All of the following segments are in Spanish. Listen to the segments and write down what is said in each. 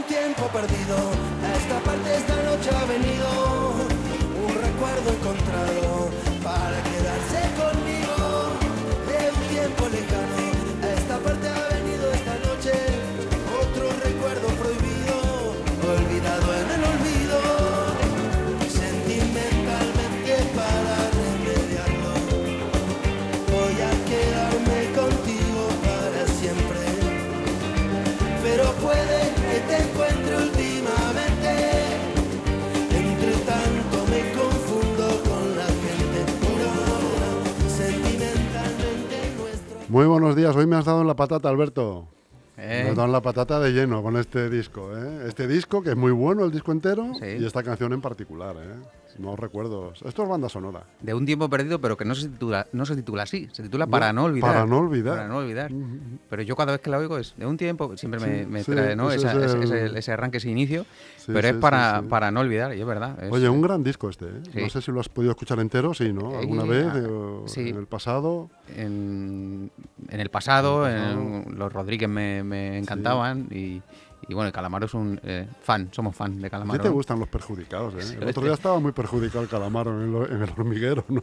tiempo perdido, a esta parte esta noche ha venido un recuerdo encontrado para quedarse conmigo. De un tiempo lejano, a esta parte ha venido esta noche otro recuerdo prohibido, olvidado en el olvido. Sentimentalmente para remediarlo, voy a quedarme contigo para siempre. Pero puede que te encuentre últimamente, entre tanto me confundo con la gente. No, sentimentalmente nuestro... Muy buenos días, hoy me has dado en la patata, Alberto. Me has dado en la patata de lleno con este disco, ¿eh? Este disco, que es muy bueno, el disco entero, Sí. y esta canción en particular, ¿eh? No recuerdo. Esto es banda sonora. De un tiempo perdido, pero que no se titula así, se titula Para no olvidar. Para no olvidar. Para no olvidar. Pero yo cada vez que la oigo es de un tiempo, siempre me Sí, trae, ¿no? ese es Ese arranque, ese inicio, Sí, pero sí, es para, sí. para no olvidar, y es verdad. Es, Oye, un gran disco este, ¿eh? Sí. No sé si lo has podido escuchar entero, sí, ¿no? ¿Alguna vez? Sí. En el pasado. En el pasado, los Rodríguez me encantaban y bueno, el Calamaro es un somos fan de ¿A Calamaro. ti te ¿no? gustan los perjudicados, eh? Sí, El otro día estaba muy perjudicado el Calamaro en el hormiguero, ¿no?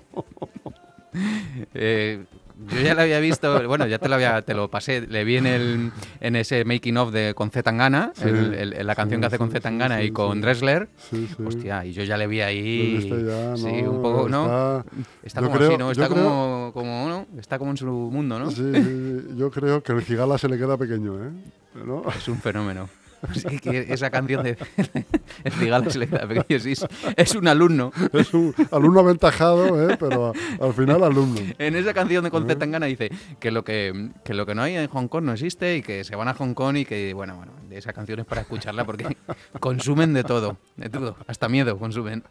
Yo ya lo había visto, bueno, ya te lo pasé, le vi en ese making of con Z Tangana, Sí. la canción que hace con Z Tangana y con Dressler. Sí, sí. Hostia, y yo ya le vi Lo ahí. viste ya, Sí, ¿no? un poco, ¿no? Está yo como creo- así, ¿no? yo Está creo- como, ¿no? Está como en su mundo, ¿no? Sí, sí, yo creo que el Cigala se le queda pequeño, ¿eh? ¿No? Es un fenómeno. Sí, que esa canción de El Cigala se le queda pequeño, sí, es un alumno. Es un alumno aventajado, ¿eh? Pero al final alumno. En esa canción de Concepta Tangana dice que lo que no hay en Hong Kong no existe y que se van a Hong Kong y que, bueno, de esa canción es para escucharla porque consumen de todo, hasta miedo consumen.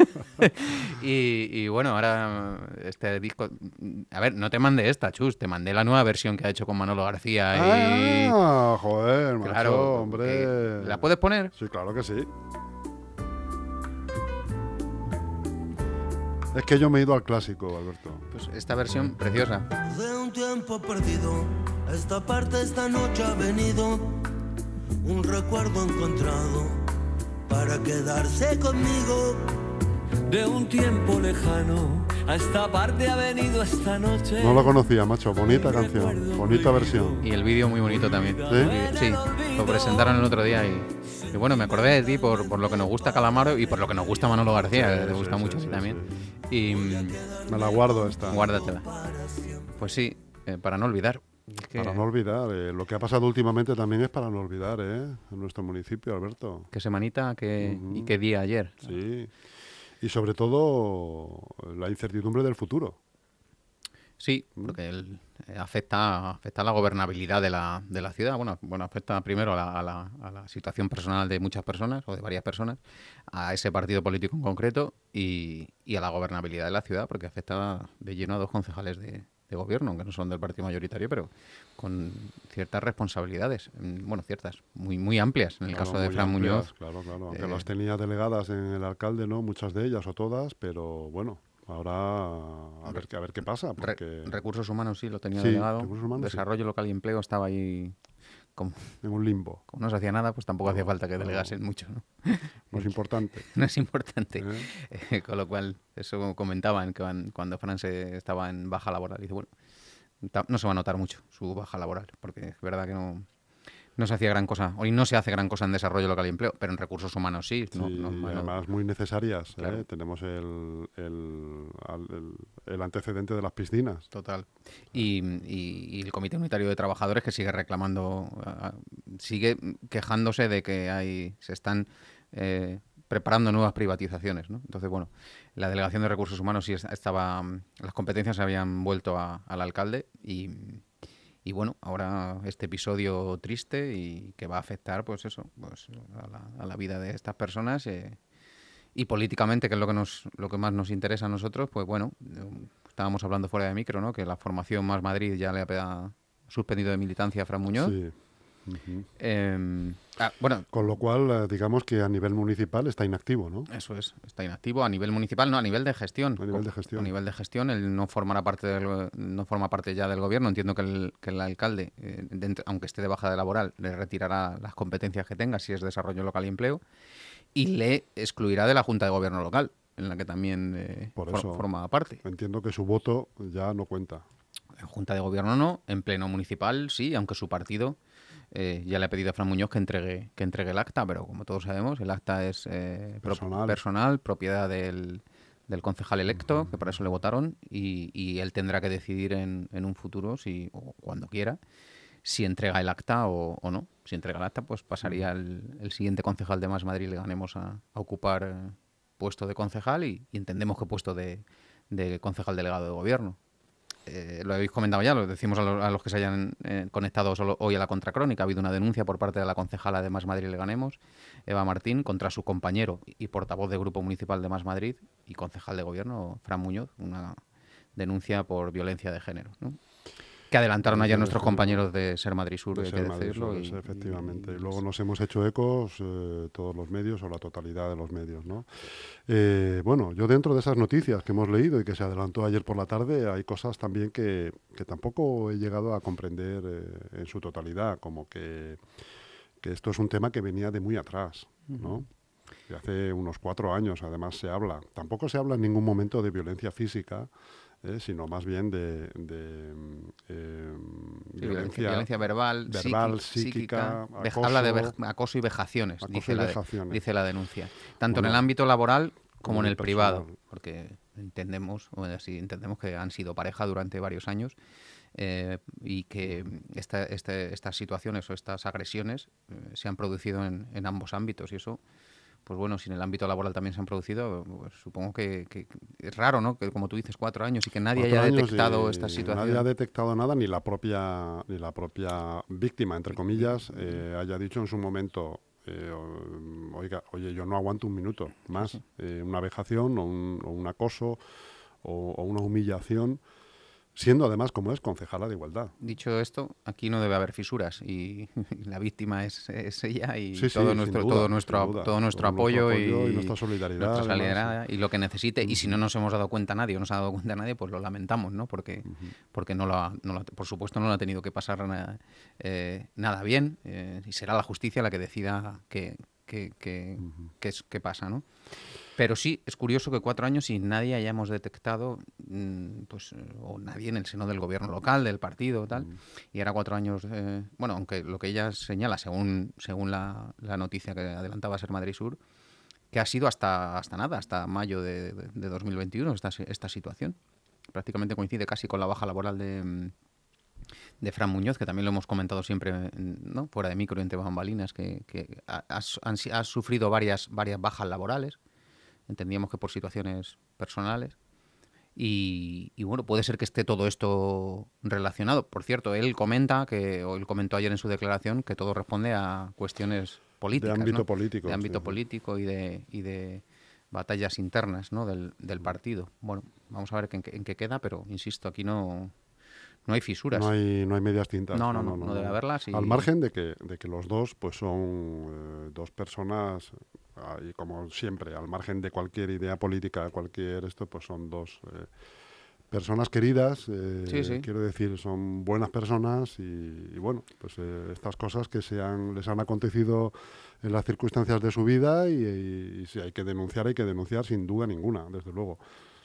Y bueno, ahora este disco... A ver, no te mandé esta, Chus, te mandé la nueva versión que ha hecho con Manolo García y... Ah, joder, macho, Claro, hombre. ¿la puedes poner? Sí, claro que sí. Es que yo me he ido al clásico, Alberto. Pues esta versión preciosa. De un tiempo perdido, a esta parte esta noche ha venido un recuerdo encontrado para quedarse conmigo. De un tiempo lejano, a esta parte ha venido esta noche. No lo conocía, macho. Bonita canción, bonita versión. Y el vídeo muy bonito también. ¿Sí? Sí, lo presentaron el otro día y bueno, me acordé de ti por lo que nos gusta Calamaro y por lo que nos gusta Manolo García, que te gusta mucho a ti también. Y Me la guardo esta. guárdatela. Pues sí, para no olvidar. Es que, Para no olvidar. Lo que ha pasado últimamente también es para no olvidar, ¿eh? En nuestro municipio, Alberto. qué semanita y qué día ayer. Sí. Y sobre todo la incertidumbre del futuro. Sí, porque afecta a la gobernabilidad de la ciudad. Bueno, afecta primero a la situación personal de muchas personas o de varias personas, a ese partido político en concreto y a la gobernabilidad de la ciudad, porque afecta de lleno a dos concejales de gobierno, aunque no son del partido mayoritario, pero con ciertas responsabilidades, bueno, ciertas, muy muy amplias, en el caso de muy Fran amplias, Muñoz. Claro. Aunque las tenía delegadas en el alcalde, ¿no? Muchas de ellas o todas, pero bueno, ahora a ver qué pasa. Porque... Recursos humanos sí lo tenía Sí, delegado. recursos humanos, Desarrollo local y empleo estaba ahí. Como en un limbo. no se hacía nada, pues tampoco hacía No, falta que no. delegasen mucho, ¿no? No es importante. No es importante. ¿Eh? Con lo cual, eso comentaban que cuando Fran estaba en baja laboral. Dice, bueno, no se va a notar mucho su baja laboral, porque es verdad que no se hacía gran cosa, hoy no se hace gran cosa en desarrollo local y empleo, pero en recursos humanos sí. Sí, y además muy necesarias. Claro. Tenemos el antecedente de las piscinas. Total. Y el Comité Unitario de Trabajadores que sigue reclamando, sigue quejándose de que se están preparando nuevas privatizaciones, ¿no? Entonces, bueno, la Delegación de Recursos Humanos sí las competencias se habían vuelto al alcalde y bueno, ahora este episodio triste y que va a afectar, pues eso, pues a la vida de estas personas y políticamente, que es lo que más nos interesa a nosotros, pues bueno, estábamos hablando fuera de micro, ¿no? Que la formación Más Madrid ya le ha suspendido de militancia a Fran Muñoz. Sí. Bueno, Con lo cual, digamos que a nivel municipal está inactivo, ¿no? eso es, está inactivo a nivel municipal, no, a nivel de gestión. A nivel de gestión. A nivel de gestión, él no formará parte no forma parte ya del gobierno. Entiendo que el alcalde, aunque esté de baja de laboral, le retirará las competencias que tenga si es desarrollo local y empleo y le excluirá de la Junta de Gobierno local, en la que también Por eso forma parte. entiendo que su voto ya no cuenta. En Junta de Gobierno no, en Pleno Municipal sí, aunque su partido ya le ha pedido a Fran Muñoz que entregue el acta, pero como todos sabemos, el acta es personal, propiedad del concejal electo, que para eso le votaron, y él tendrá que decidir en un futuro, o cuando quiera, si entrega el acta o no. Si entrega el acta, pues pasaría el siguiente concejal de Más Madrid, le ganemos a ocupar puesto de concejal y entendemos que puesto de concejal delegado de gobierno. Lo habéis comentado ya, lo decimos a los que se hayan conectado solo hoy a la Contracrónica. Ha habido una denuncia por parte de la concejala de Más Madrid Le Ganemos, Eva Martín, contra su compañero y portavoz del Grupo Municipal de Más Madrid y concejal de gobierno, Fran Muñoz, una denuncia por violencia de género, ¿no? Que adelantaron ayer nuestros compañeros de Ser Madrid Sur, hay que decirlo. Efectivamente. Y luego nos hemos hecho ecos todos los medios o la totalidad de los medios, ¿no? Bueno, yo dentro de esas noticias que hemos leído y que se adelantó ayer por la tarde, hay cosas también que tampoco he llegado a comprender en su totalidad, como que esto es un tema que venía de muy atrás, ¿no? De hace unos 4 años, además, se habla. Tampoco se habla en ningún momento de violencia física, sino más bien de violencia verbal, psíquica, acoso. Habla de acoso y vejaciones, dice la denuncia. Tanto en el ámbito laboral como en el privado, porque entendemos que han sido pareja durante varios años y que estas situaciones o estas agresiones se han producido en ambos ámbitos, y eso, pues bueno, si en el ámbito laboral también se han producido, pues supongo que es raro, ¿no? Que como tú dices, 4 años y que nadie haya detectado esta situación. Nadie ha detectado nada, ni la propia víctima, entre comillas, haya dicho en su momento, oye, yo no aguanto un minuto más, una vejación o un acoso o una humillación, siendo además, como es, concejala de igualdad. Dicho esto, aquí no debe haber fisuras y la víctima es ella y todo nuestro apoyo y nuestra solidaridad. Y lo que necesite. Y si no nos hemos dado cuenta nadie o no se ha dado cuenta nadie, pues lo lamentamos, ¿no? Porque por supuesto no lo ha tenido que pasar nada bien, y será la justicia la que decida qué pasa, ¿no? Pero sí, es curioso que 4 años y nadie hayamos detectado, o nadie en el seno del gobierno local, del partido, tal, y ahora 4 años, bueno, aunque lo que ella señala, según la noticia que adelantaba Ser Madrid Sur, que ha sido hasta mayo de 2021 esta situación. Prácticamente coincide casi con la baja laboral de Fran Muñoz, que también lo hemos comentado siempre, ¿no? Fuera de micro y entre bambalinas, que ha sufrido varias bajas laborales. Entendíamos que por situaciones personales. Y bueno, puede ser que esté todo esto relacionado. Por cierto, él comentó ayer en su declaración que todo responde a cuestiones políticas. De ámbito ¿no? político. De ámbito político y de batallas internas, ¿no? del partido. Bueno, vamos a ver en qué queda, pero insisto, aquí no hay fisuras. No hay medias tintas. No debe haberlas. Al margen de que los dos pues son dos personas, y como siempre, al margen de cualquier idea política, pues son dos personas queridas, sí. Quiero decir, son buenas personas y bueno, pues estas cosas que les han acontecido en las circunstancias de su vida y si hay que denunciar sin duda ninguna, desde luego.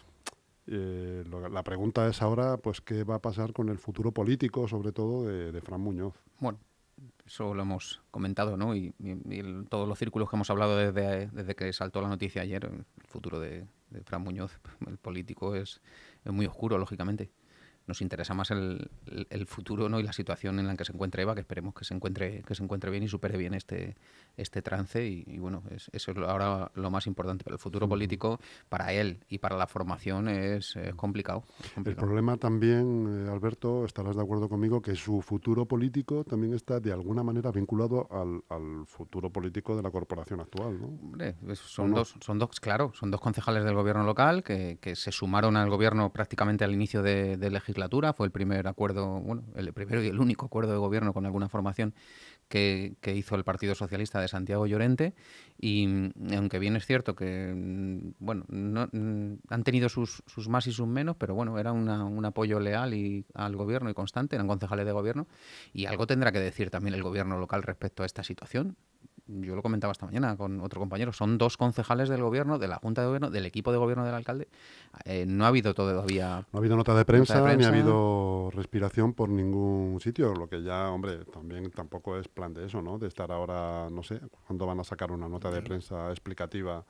La pregunta es ahora, pues, ¿qué va a pasar con el futuro político, sobre todo, de Fran Muñoz? Bueno, eso lo hemos comentado, ¿no? Y todos los círculos que hemos hablado desde que saltó la noticia ayer, el futuro de Fran Muñoz, el político, es muy oscuro, lógicamente. Nos interesa más el futuro, ¿no? Y la situación en la que se encuentra Eva, que esperemos que se encuentre bien y supere bien este trance y bueno, eso es ahora lo más importante. Pero el futuro político para él y para la formación es complicado. El problema también, Alberto, estarás de acuerdo conmigo, que su futuro político también está de alguna manera vinculado al futuro político de la corporación actual, ¿no? Hombre, son dos concejales del gobierno local que se sumaron al gobierno prácticamente al inicio de legislatura legislatura, fue el primer acuerdo, bueno, el primero y el único acuerdo de gobierno con alguna formación que hizo el Partido Socialista de Santiago Llorente, y aunque bien es cierto que, bueno, han tenido sus más y sus menos, pero bueno, era un apoyo leal al gobierno y constante, eran concejales de gobierno, y algo tendrá que decir también el gobierno local respecto a esta situación. Yo lo comentaba esta mañana con otro compañero, son 2 concejales del gobierno, de la Junta de Gobierno, del equipo de gobierno del alcalde. No ha habido todavía... No ha habido nota de prensa, ni ha habido respiración por ningún sitio, lo que ya, hombre, también tampoco es plan de eso, ¿no? De estar ahora, no sé, ¿cuándo van a sacar una nota de prensa explicativa?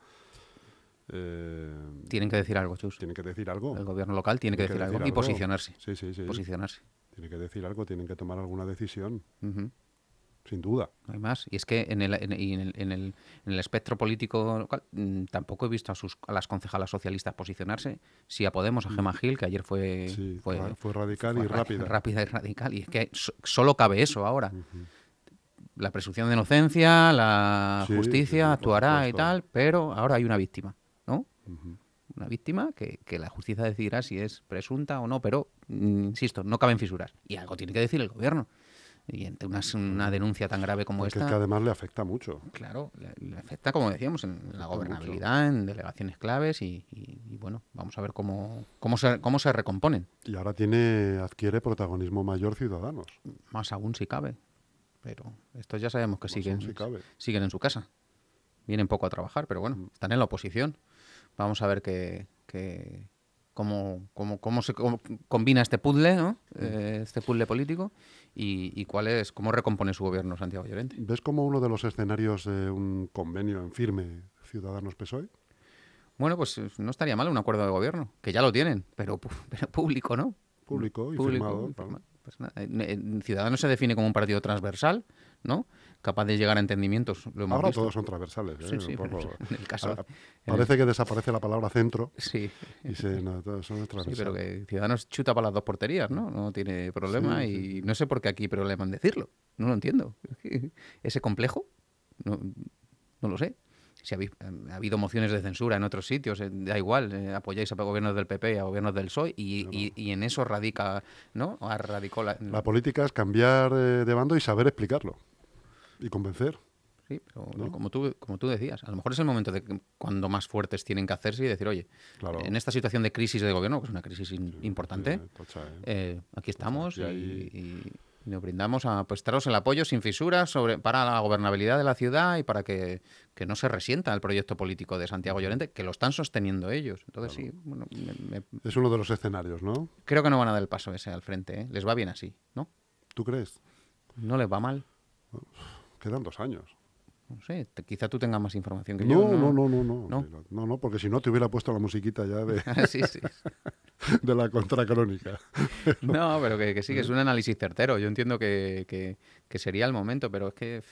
Tienen que decir algo, Chus. Tienen que decir algo. El gobierno local tiene que decir algo y posicionarse. Sí, sí, sí. Posicionarse. Tiene que decir algo, tienen que tomar alguna decisión. Uh-huh. Sin duda. No hay más. Y es que en el espectro político local tampoco he visto a las concejalas socialistas posicionarse. Sí a Podemos, a Gemma Gil, que ayer fue radical y rápida. Rápida y radical. Y es que solo cabe eso ahora. Uh-huh. La presunción de inocencia, la justicia actuará y supuesto. tal, pero ahora hay una víctima, ¿no? Uh-huh. Una víctima que la justicia decidirá si es presunta o no, pero, insisto, no caben fisuras. Y algo tiene que decir el gobierno. Y ante una denuncia tan grave como Porque esta... es que además le afecta mucho. Claro, le afecta, como decíamos, en la gobernabilidad, en delegaciones claves y bueno, vamos a ver cómo se recomponen. Y ahora adquiere protagonismo mayor Ciudadanos. Más aún si cabe. Pero estos ya sabemos que siguen en su casa. Vienen poco a trabajar, pero bueno, están en la oposición. Vamos a ver cómo se combina este puzzle, ¿no? Este puzzle político y cómo recompone su gobierno Santiago Llorente. ¿Ves como uno de los escenarios un convenio en firme Ciudadanos-PSOE? Bueno, pues no estaría mal un acuerdo de gobierno, que ya lo tienen, pero público, ¿no? Público y firmado. Claro. Pues nada, Ciudadanos se define como un partido transversal, ¿no? Capaz de llegar a entendimientos. Ahora todos son transversales. Sí, en el caso, parece que desaparece la palabra centro. Sí. Y todos son transversales. Sí, pero que Ciudadanos chuta para las 2 porterías, ¿no? No tiene problema y no sé por qué aquí problema en decirlo. No lo entiendo. ¿Ese complejo? No lo sé. Si ha habido mociones de censura en otros sitios, da igual, apoyáis a gobiernos del PP y a gobiernos del PSOE y en eso radica, ¿no? Radicó la política es cambiar de bando y saber explicarlo y convencer. Sí, pero ¿no? como tú decías, a lo mejor es el momento de cuando más fuertes tienen que hacerse y decir, oye, claro. En esta situación de crisis de gobierno, que es una crisis importante, aquí estamos y nos brindamos a prestaros el apoyo sin fisuras para la gobernabilidad de la ciudad y para que no se resienta el proyecto político de Santiago Llorente, que lo están sosteniendo ellos. Entonces claro. sí, bueno, es uno de los escenarios, ¿no? Creo que no van a dar el paso ese al frente, ¿eh? Les va bien así, ¿no? ¿Tú crees? No les va mal. Quedan 2 años. No sé, quizá tú tengas más información que yo. No, porque si no te hubiera puesto la musiquita ya de, sí. de la contracrónica. No, pero que sí, que es un análisis certero. Yo entiendo que sería el momento, pero es que...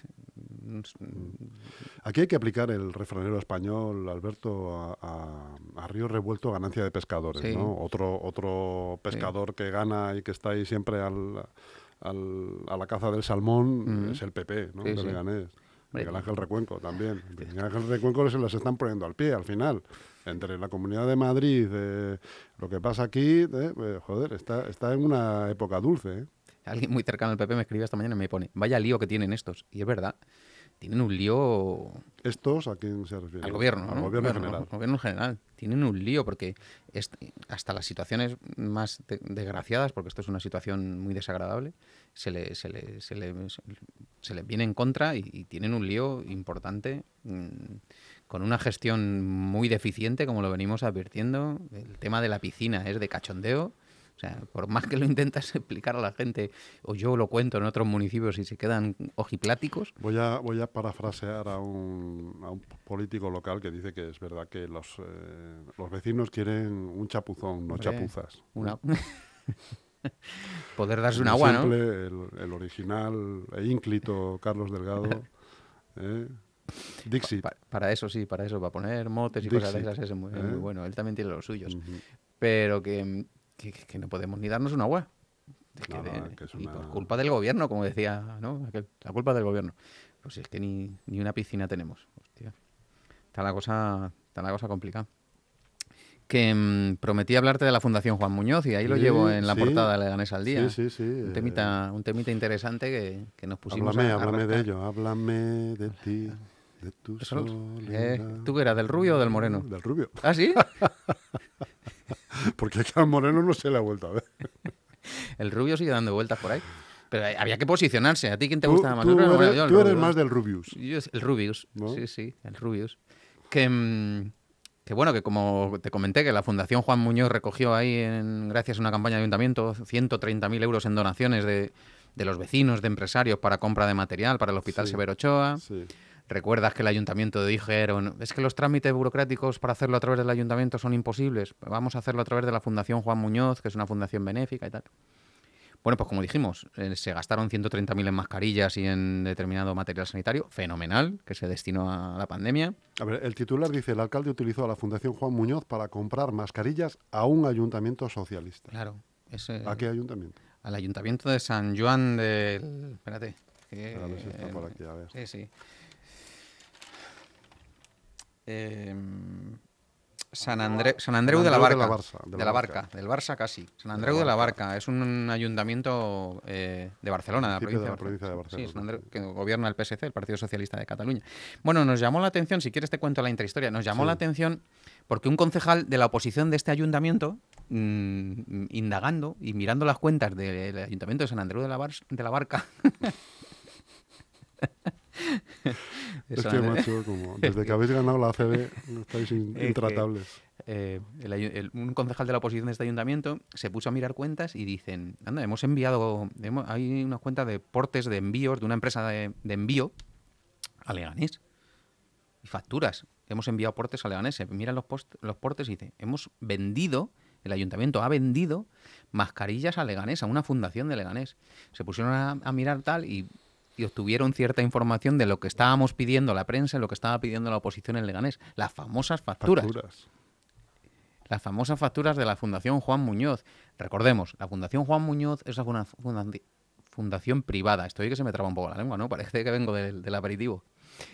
Aquí hay que aplicar el refranero español, Alberto, a río revuelto, ganancia de pescadores, sí. ¿no? Otro pescador que gana y que está ahí siempre a la caza del salmón es el PP, ¿no? Sí, de sí. Leganés. Miguel Ángel Recuenco también. Miguel Ángel Recuenco se las están poniendo al pie al final. Entre la Comunidad de Madrid, lo que pasa aquí, joder, está en una época dulce. Alguien muy cercano al PP me escribió esta mañana y me pone, vaya lío que tienen estos. Y es verdad, tienen un lío... ¿Estos a quién se refiere? Al gobierno, ¿no? Al gobierno en general. Al gobierno en general. Tienen un lío porque hasta las situaciones más desgraciadas, porque esto es una situación muy desagradable, se les viene en contra y tienen un lío importante con una gestión muy deficiente, como lo venimos advirtiendo. El tema de la piscina es de cachondeo. O sea, por más que lo intentas explicar a la gente, o yo lo cuento en otros municipios y se quedan ojipláticos. Voy a parafrasear a un político local que dice que es verdad que los vecinos quieren un chapuzón, no chapuzas. Poder darse un agua, ¿no? El original e ínclito Carlos Delgado. Dixit. Para eso, para poner motes y Dixit, cosas de esas es muy bueno. Él también tiene los suyos. Uh-huh. Pero que no podemos ni darnos un agua. Y por culpa del gobierno, como decía, ¿no? La culpa del gobierno. Pues es que ni una piscina tenemos. Hostia. Está la cosa complicada. que prometí hablarte de la Fundación Juan Muñoz y ahí lo Sí, llevo en la sí. portada de Leganés al Día. Sí, sí, sí. Un temita interesante que nos pusimos Háblame de rascar. ello, háblame de ti, de tu soledad. ¿Tú qué eras, del rubio o del moreno? Del rubio. ¿Ah, sí? Porque al moreno no se le ha vuelto a ver. El rubio sigue dando vueltas por ahí. Pero había que posicionarse. ¿A ti quién te Tú, gustaba más? tú El moreno, eres, yo el tú eres rubio. más del Rubius. El Rubius, ¿No? sí, el Rubius. Que bueno, que como te comenté, que la Fundación Juan Muñoz recogió ahí, gracias a una campaña de ayuntamiento, 130.000 euros en donaciones de los vecinos, de empresarios para compra de material para el Hospital Sí. Severo Ochoa. Sí. ¿Recuerdas que el ayuntamiento dijeron, es que los trámites burocráticos para hacerlo a través del ayuntamiento son imposibles? Vamos a hacerlo a través de la Fundación Juan Muñoz, que es una fundación benéfica y tal. Bueno, pues como dijimos, se gastaron 130.000 en mascarillas y en determinado material sanitario, fenomenal, que se destinó a la pandemia. A ver, el titular dice, el alcalde utilizó a la Fundación Juan Muñoz para comprar mascarillas a un ayuntamiento socialista. Claro. ¿A qué ayuntamiento? Al ayuntamiento de San Joan del... Espérate. A ver si está por aquí, a ver. Sí. San Andreu de la Barca. De la Barca. Del Barça casi. San Andreu de la Barca. Es un ayuntamiento de Barcelona, de la provincia de Barcelona. Sí, San Andreu, que gobierna el PSC, el Partido Socialista de Cataluña. Bueno, nos llamó la atención, si quieres te cuento la intrahistoria, nos llamó la atención porque un concejal de la oposición de este ayuntamiento, indagando y mirando las cuentas del ayuntamiento de San Andreu de la Barca... Es que, macho, como desde que habéis ganado la ACB, estáis intratables. Un concejal de la oposición de este ayuntamiento se puso a mirar cuentas y dicen, anda, hay unas cuentas de portes de envíos de una empresa de envío a Leganés y facturas. Hemos enviado portes a Leganés. Se miran los portes y dicen, el ayuntamiento ha vendido mascarillas a Leganés, a una fundación de Leganés. Se pusieron a mirar tal y obtuvieron cierta información de lo que estábamos pidiendo la prensa, lo que estaba pidiendo la oposición en Leganés. Las famosas facturas. Las famosas facturas de la Fundación Juan Muñoz. Recordemos, la Fundación Juan Muñoz es una fundación privada. Estoy que se me traba un poco la lengua, ¿no? Parece que vengo del aperitivo.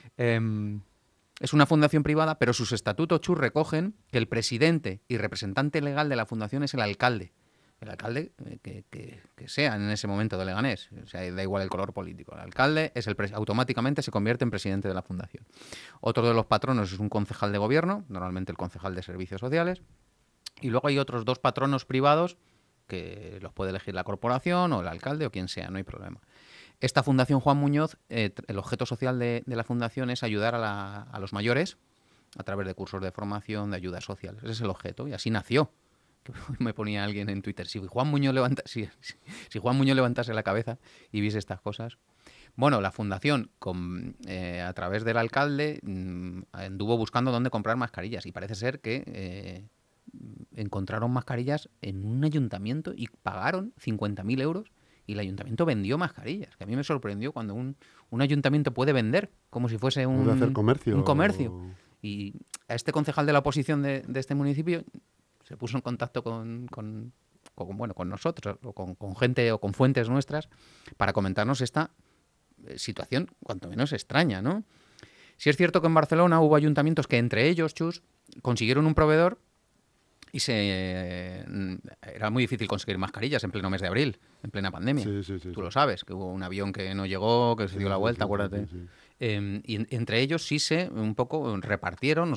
Es una fundación privada, pero sus estatutos recogen que el presidente y representante legal de la fundación es el alcalde. El alcalde que sea en ese momento de Leganés, o sea, da igual el color político. El alcalde es automáticamente se convierte en presidente de la fundación. Otro de los patronos es un concejal de gobierno, normalmente el concejal de servicios sociales, y luego hay otros 2 patronos privados que los puede elegir la corporación o el alcalde o quien sea, no hay problema. Esta Fundación Juan Muñoz, el objeto social de la fundación es ayudar a los mayores a través de cursos de formación, de ayudas sociales. Ese es el objeto y así nació. Me ponía alguien en Twitter, si Juan Muñoz levantase la cabeza y viese estas cosas. Bueno, la fundación, a través del alcalde, anduvo buscando dónde comprar mascarillas y parece ser que encontraron mascarillas en un ayuntamiento y pagaron 50.000 euros y el ayuntamiento vendió mascarillas, que a mí me sorprendió cuando un ayuntamiento puede vender como si fuese un comercio. Y a este concejal de la oposición de este municipio se puso en contacto con nosotros o con gente o con fuentes nuestras para comentarnos esta situación cuanto menos extraña, ¿no? Sí es cierto que en Barcelona hubo ayuntamientos que entre ellos, Chus, consiguieron un proveedor y era muy difícil conseguir mascarillas en pleno mes de abril, en plena pandemia. Sí. Tú lo sabes, que hubo un avión que no llegó, que se dio la vuelta, acuérdate. Sí. Y entre ellos sí se un poco repartieron,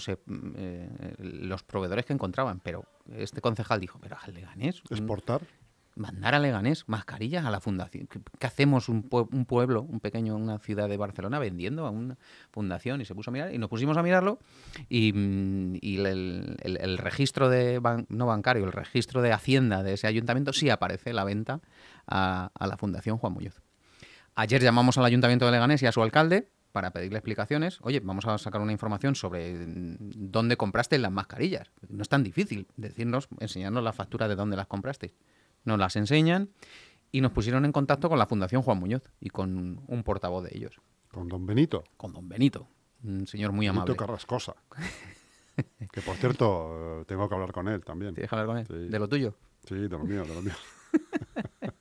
los proveedores que encontraban, pero este concejal dijo, pero al Leganés... ¿Exportar? Mandar a Leganés mascarillas a la fundación. ¿Qué hacemos un pueblo, una ciudad de Barcelona vendiendo a una fundación? Y se puso a mirar y nos pusimos a mirarlo y el registro no bancario, el registro de Hacienda de ese ayuntamiento sí aparece la venta a la Fundación Juan Muñoz. Ayer llamamos al ayuntamiento de Leganés y a su alcalde para pedirle explicaciones. Oye, vamos a sacar una información sobre dónde compraste las mascarillas. No es tan difícil enseñarnos la factura de dónde las compraste. Nos las enseñan y nos pusieron en contacto con la Fundación Juan Muñoz y con un portavoz de ellos. ¿Con don Benito? Con don Benito, un señor muy amable. Benito Carrascosa. Que, por cierto, tengo que hablar con él también. ¿Tienes que hablar con él? Sí. ¿De lo tuyo? Sí, de lo mío.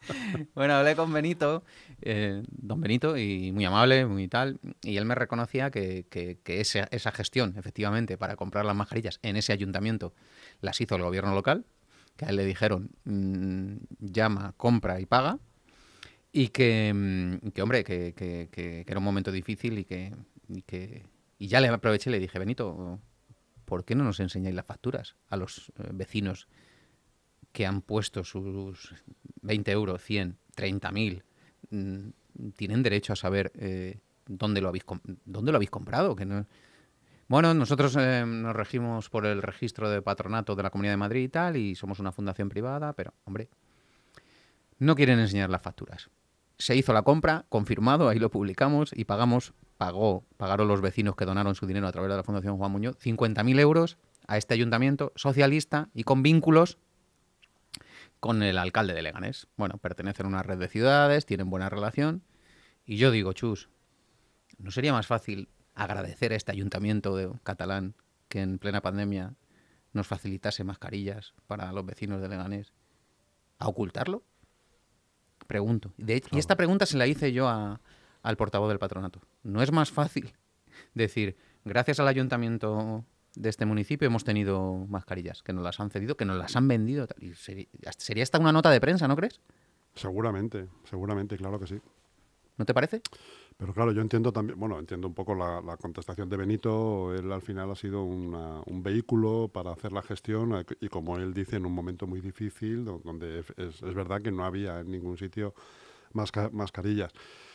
Bueno, hablé con Benito, don Benito, y muy amable, muy tal, y él me reconocía que esa gestión, efectivamente, para comprar las mascarillas en ese ayuntamiento, las hizo el gobierno local, que a él le dijeron, llama, compra y paga, y hombre, que era un momento difícil y ya le aproveché y le dije, Benito, ¿por qué no nos enseñáis las facturas a los vecinos que han puesto sus 20 euros, 100, 30.000? Tienen derecho a saber dónde lo habéis comprado. Que no... Bueno, nosotros nos regimos por el registro de patronato de la Comunidad de Madrid y tal, y somos una fundación privada, pero, hombre, no quieren enseñar las facturas. Se hizo la compra, confirmado, ahí lo publicamos y pagaron los vecinos que donaron su dinero a través de la Fundación Juan Muñoz 50.000 euros a este ayuntamiento socialista y con vínculos con el alcalde de Leganés. Bueno, pertenecen a una red de ciudades, tienen buena relación. Y yo digo, Chus, ¿no sería más fácil agradecer a este ayuntamiento catalán que en plena pandemia nos facilitase mascarillas para los vecinos de Leganés? ¿A ocultarlo? Pregunto. Y esta pregunta se la hice yo al portavoz del patronato. ¿No es más fácil decir, gracias al ayuntamiento de este municipio hemos tenido mascarillas, que nos las han cedido, que nos las han vendido? Y sería hasta una nota de prensa, ¿no crees? Seguramente, claro que sí. ¿No te parece? Pero claro, yo entiendo también, entiendo un poco la contestación de Benito. Él al final ha sido un vehículo para hacer la gestión y, como él dice, en un momento muy difícil, donde es verdad que no había en ningún sitio mascarillas.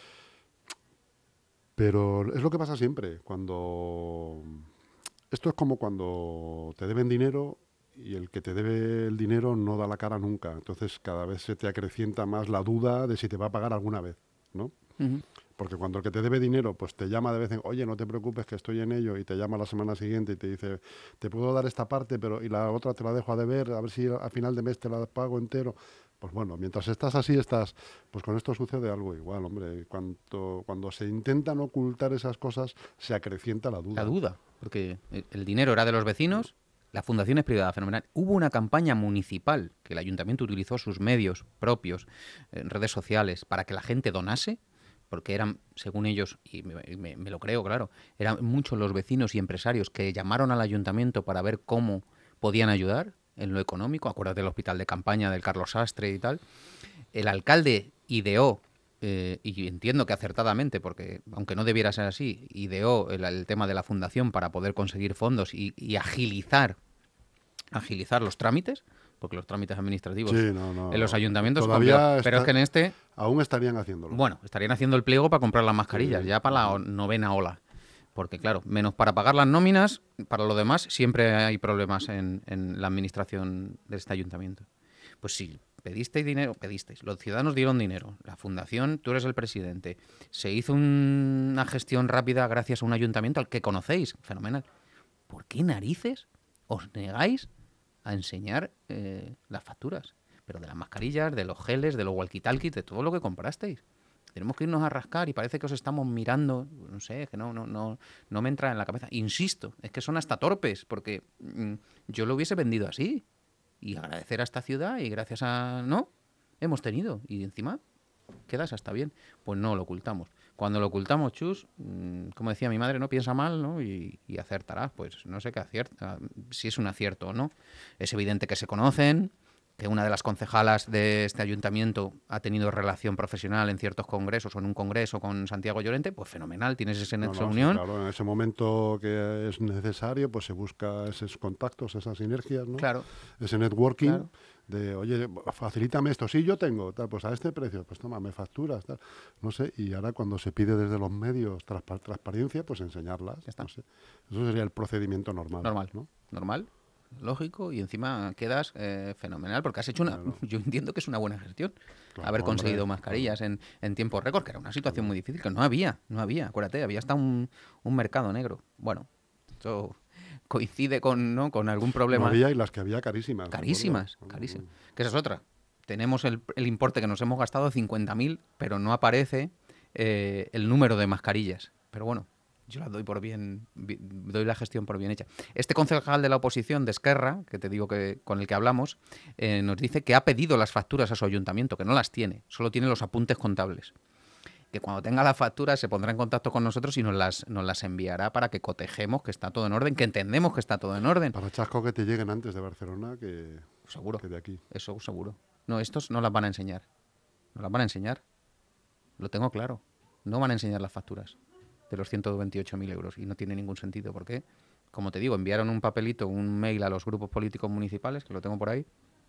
Pero es lo que pasa siempre. Esto es como cuando te deben dinero y el que te debe el dinero no da la cara nunca. Entonces cada vez se te acrecienta más la duda de si te va a pagar alguna vez, ¿no? Uh-huh. Porque cuando el que te debe dinero, pues te llama de vez en cuando, oye, no te preocupes que estoy en ello, y te llama la semana siguiente y te dice, te puedo dar esta parte, y la otra te la dejo a deber, a ver si al final de mes te la pago entero. Pues bueno, mientras estás así, pues con esto sucede algo igual, hombre. Cuando se intentan ocultar esas cosas, se acrecienta la duda. La duda, porque el dinero era de los vecinos, la fundación es privada, fenomenal. Hubo una campaña municipal que el ayuntamiento utilizó sus medios propios, en redes sociales, para que la gente donase, porque eran, según ellos, y me lo creo, claro, eran muchos los vecinos y empresarios que llamaron al ayuntamiento para ver cómo podían ayudar en lo económico. Acuérdate del hospital de campaña del Carlos Sastre y tal. El alcalde ideó, y entiendo que acertadamente, porque aunque no debiera ser así, ideó el tema de la fundación para poder conseguir fondos y agilizar los trámites, porque los trámites administrativos en los ayuntamientos todavía pero es que en este aún estarían haciéndolo. Bueno, estarían haciendo el pliego para comprar las mascarillas, ya para la 9ª ola. Porque claro, menos para pagar las nóminas, para lo demás siempre hay problemas en la administración de este ayuntamiento. Pues sí, pedisteis, los ciudadanos dieron dinero, la fundación, tú eres el presidente, se hizo una gestión rápida gracias a un ayuntamiento al que conocéis, fenomenal. ¿Por qué narices os negáis a enseñar las facturas? Pero de las mascarillas, de los geles, de los walkie-talkies, de todo lo que comprasteis. Tenemos que irnos a rascar y parece que os estamos mirando, no sé, que no me entra en la cabeza. Insisto, es que son hasta torpes, porque yo lo hubiese vendido así. Y agradecer a esta ciudad y gracias a... No, hemos tenido. Y encima quedas hasta bien. Pues no, lo ocultamos. Cuando lo ocultamos, Chus, como decía mi madre, no piensa mal, ¿no? Y acertarás. Pues no sé qué acierta, si es un acierto o no. Es evidente que se conocen, que una de las concejalas de este ayuntamiento ha tenido relación profesional en ciertos congresos o en un congreso con Santiago Llorente, pues fenomenal, tienes ese nexo de unión. Sí, claro, en ese momento que es necesario, pues se busca esos contactos, esas sinergias, ¿no? Claro. Ese networking, claro. De, oye, facilítame esto, sí, yo tengo, tal, pues a este precio, pues toma, me facturas, tal, no sé, y ahora cuando se pide desde los medios transparencia, pues enseñarlas, ya está. No sé. Eso sería el procedimiento normal. Normal, ¿no? Normal. Lógico, y encima quedas fenomenal, porque has hecho yo entiendo que es una buena gestión, claro, haber conseguido mascarillas en tiempo récord, que era una situación muy difícil, que no había, acuérdate, había hasta un mercado negro. Bueno, eso coincide con algún problema. No había, y las que había carísimas. Carísimas. Que esa es otra. Tenemos el importe que nos hemos gastado, 50.000, pero no aparece el número de mascarillas. Pero bueno, yo la doy por bien, doy la gestión por bien hecha. Este concejal de la oposición de Esquerra, que te digo que con el que hablamos, nos dice que ha pedido las facturas a su ayuntamiento, que no las tiene, solo tiene los apuntes contables. Que cuando tenga las facturas se pondrá en contacto con nosotros y nos las enviará para que cotejemos que está todo en orden, que entendemos que está todo en orden. Para chasco que te lleguen antes de Barcelona que, seguro, que de aquí. Eso seguro. No, estos no las van a enseñar. No las van a enseñar. Lo tengo claro. No van a enseñar las facturas de los 128.000 euros y no tiene ningún sentido. ¿Por qué? Como te digo, enviaron un papelito, un mail a los grupos políticos municipales, que lo tengo por ahí.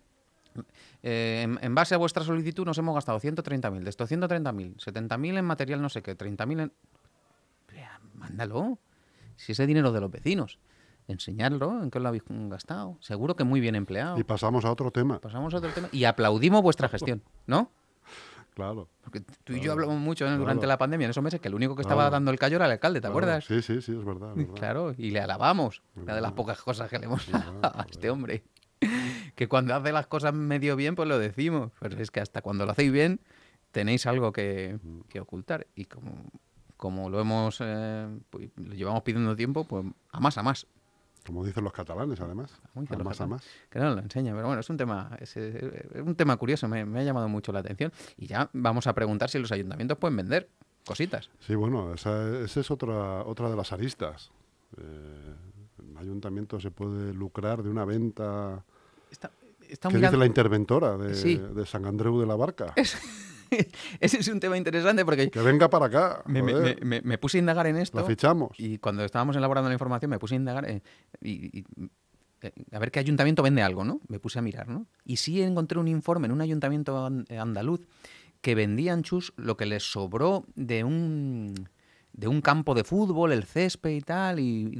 En base a vuestra solicitud nos hemos gastado 130.000. De estos 130.000, 70.000 en material no sé qué, 30.000 en... Mándalo. Si ese dinero de los vecinos. Enseñarlo en qué lo habéis gastado. Seguro que muy bien empleado. Y pasamos a otro tema. Pasamos a otro tema y aplaudimos vuestra gestión, ¿no? Claro. Porque tú y yo hablamos mucho durante la pandemia, en esos meses, que el único que estaba Claro. dando el callo era el alcalde, ¿te acuerdas? Sí, sí, sí, es verdad. Es verdad. Claro, y le alabamos. Una de las pocas cosas que le hemos dado a este hombre. Que cuando hace las cosas medio bien, pues lo decimos. Pero es que hasta cuando lo hacéis bien, tenéis algo que ocultar. Y como lo hemos pues, lo llevamos pidiendo tiempo, pues a más. Como dicen los catalanes, además. A más. Que no lo enseña, pero bueno, es un tema curioso, me ha llamado mucho la atención. Y ya vamos a preguntar si los ayuntamientos pueden vender cositas. Sí, bueno, esa es otra de las aristas. El ayuntamiento se puede lucrar de una venta... ¿Qué dice la interventora de San Andreu de la Barca? Ese es un tema interesante porque... Que venga para acá. Me puse a indagar en esto. La fichamos. Y cuando estábamos elaborando la información me puse a indagar a ver qué ayuntamiento vende algo, ¿no? Me puse a mirar, ¿no? Y sí encontré un informe en un ayuntamiento andaluz que vendían, Chus, lo que les sobró de un campo de fútbol, el césped y tal,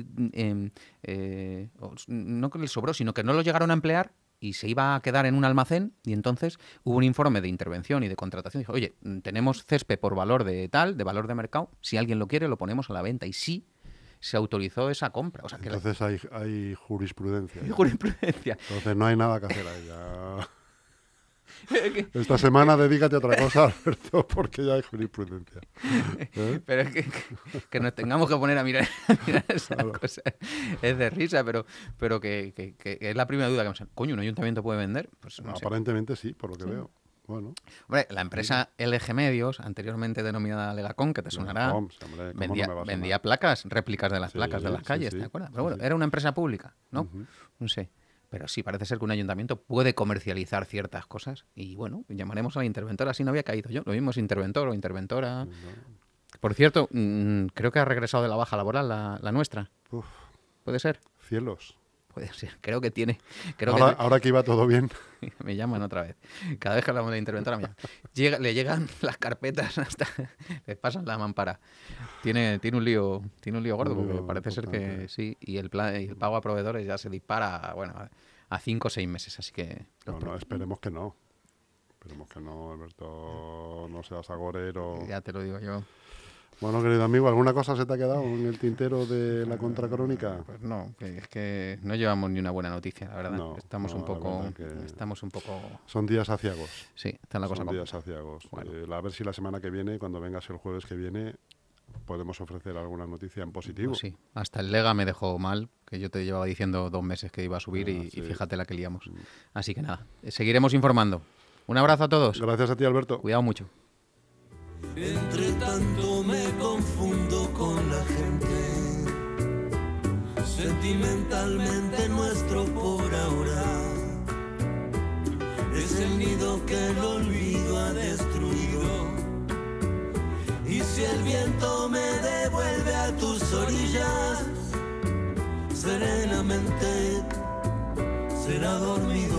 no que les sobró, sino que no lo llegaron a emplear y se iba a quedar en un almacén, y entonces hubo un informe de intervención y de contratación. Dijo, oye, tenemos césped por valor de tal, de valor de mercado, si alguien lo quiere lo ponemos a la venta. Y sí, se autorizó esa compra. O sea, que entonces hay jurisprudencia. Hay jurisprudencia. Entonces no hay nada que hacer ahí. Ya... Esta semana dedícate a otra cosa, Alberto, porque ya hay jurisprudencia. Pero es que nos tengamos que poner a mirar esas cosas. Es de risa, pero que es la primera duda que me sale. Coño, ¿un ayuntamiento puede vender? Pues no aparentemente sé. Sí, por lo que veo. Bueno. Hombre, la empresa LG Medios, anteriormente denominada Legacom, que te sonará, vendía placas, réplicas de las placas de las calles, ¿te acuerdas? Pero bueno, era una empresa pública, ¿no? No sé. Pero sí, parece ser que un ayuntamiento puede comercializar ciertas cosas. Y bueno, llamaremos a la interventora. Así no había caído yo. Lo mismo es interventor o interventora. Por cierto, creo que ha regresado de la baja laboral la nuestra. Uf. ¿Puede ser? Cielos. Puede ser. Creo que tiene. Ahora que iba todo bien. Me llaman otra vez. Cada vez que hablamos de interventora me llaman. Le llegan las carpetas hasta... Les pasan la mampara. Tiene un lío gordo, porque parece ser que sí. Y el pago a proveedores ya se dispara, bueno, a 5 o 6 meses. Así que... No, esperemos que no. Esperemos que no, Alberto, no seas agorero. Ya te lo digo yo. Bueno, querido amigo, ¿alguna cosa se te ha quedado en el tintero de la contracrónica? Pues no, es que no llevamos ni una buena noticia, la verdad. No, estamos un poco... Son días aciagos. Sí, está la cosa. Son días aciagos. Bueno. A ver si la semana que viene, cuando vengas el jueves que viene, podemos ofrecer alguna noticia en positivo. Pues sí, hasta el Lega me dejó mal, que yo te llevaba diciendo 2 meses que iba a subir y fíjate la que liamos. Así que nada, seguiremos informando. Un abrazo a todos. Gracias a ti, Alberto. Cuidado mucho. Entre tanto me confundo con la gente, sentimentalmente nuestro por ahora es el nido que el olvido ha destruido. Y si el viento me devuelve a tus orillas, serenamente será dormido,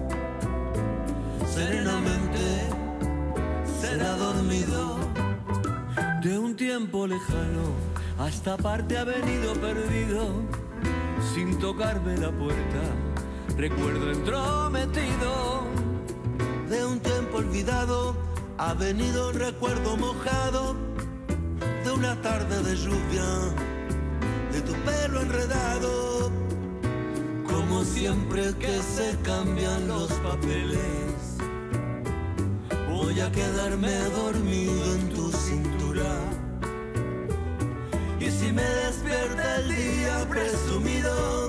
serenamente será dormido. De un tiempo lejano a esta parte ha venido perdido, sin tocarme la puerta, recuerdo entrometido. De un tiempo olvidado ha venido un recuerdo mojado, de una tarde de lluvia, de tu pelo enredado. Como siempre que se cambian los papeles, voy a quedarme dormido en tu cintura. Y si si me despierta el día presumido,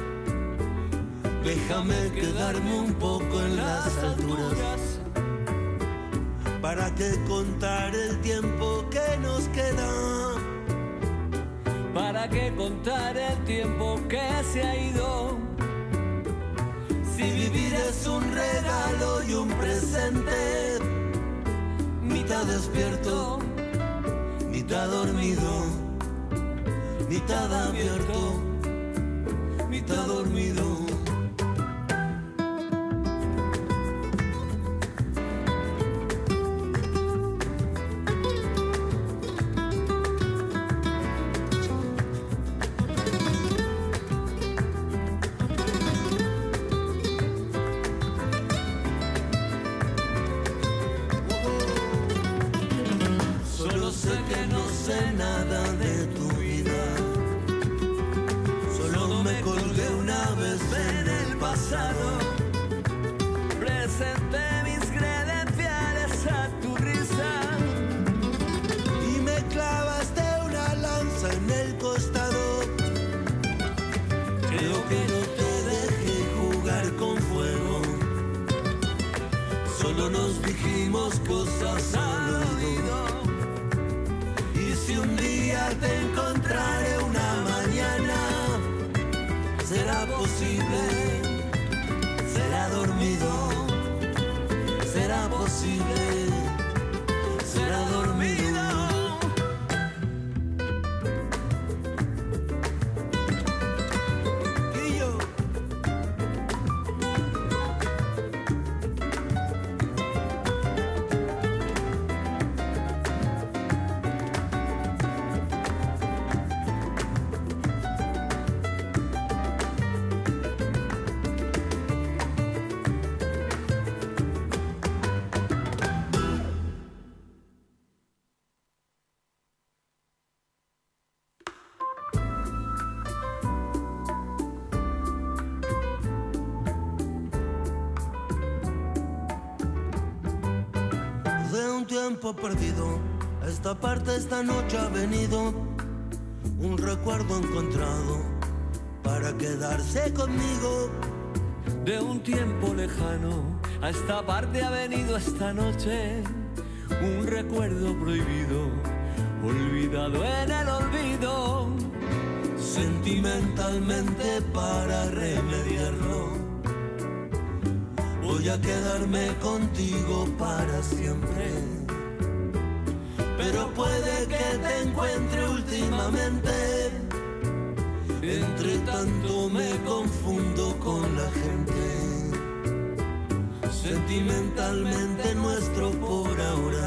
déjame quedarme un poco en las alturas. ¿Para qué contar el tiempo que nos queda? ¿Para qué contar el tiempo que se ha ido? Si vivir es un regalo y un presente, mitad despierto, mitad dormido, mitad abierto, mitad dormido. Presenté mis credenciales a tu risa y me clavaste una lanza en el costado. Creo que no te dejé jugar con fuego, solo nos dijimos cosas al oído. Y si un día te encontraré una mañana, será posible, será dormido, será posible, será dormido. Y yo tiempo perdido, a esta parte esta noche ha venido un recuerdo encontrado para quedarse conmigo. De un tiempo lejano a esta parte ha venido esta noche un recuerdo prohibido, olvidado en el olvido. Sentimentalmente para remediarlo, voy a quedarme contigo para siempre. Pero puede que te encuentre últimamente, entre tanto me confundo con la gente. Sentimentalmente nuestro por ahora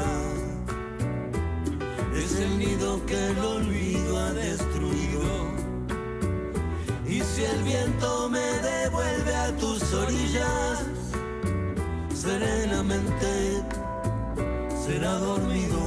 es el nido que el olvido ha destruido. Y si el viento me devuelve a tus orillas, serenamente será dormido,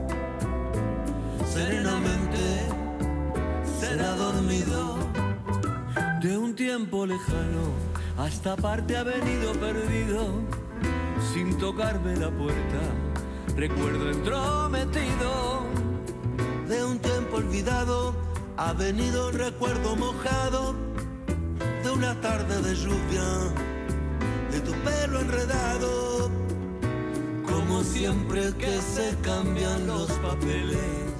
serenamente será dormido. De un tiempo lejano a esta parte ha venido perdido, sin tocarme la puerta, recuerdo entrometido. De un tiempo olvidado ha venido un recuerdo mojado, de una tarde de lluvia, de tu pelo enredado. Como siempre que se cambian los papeles,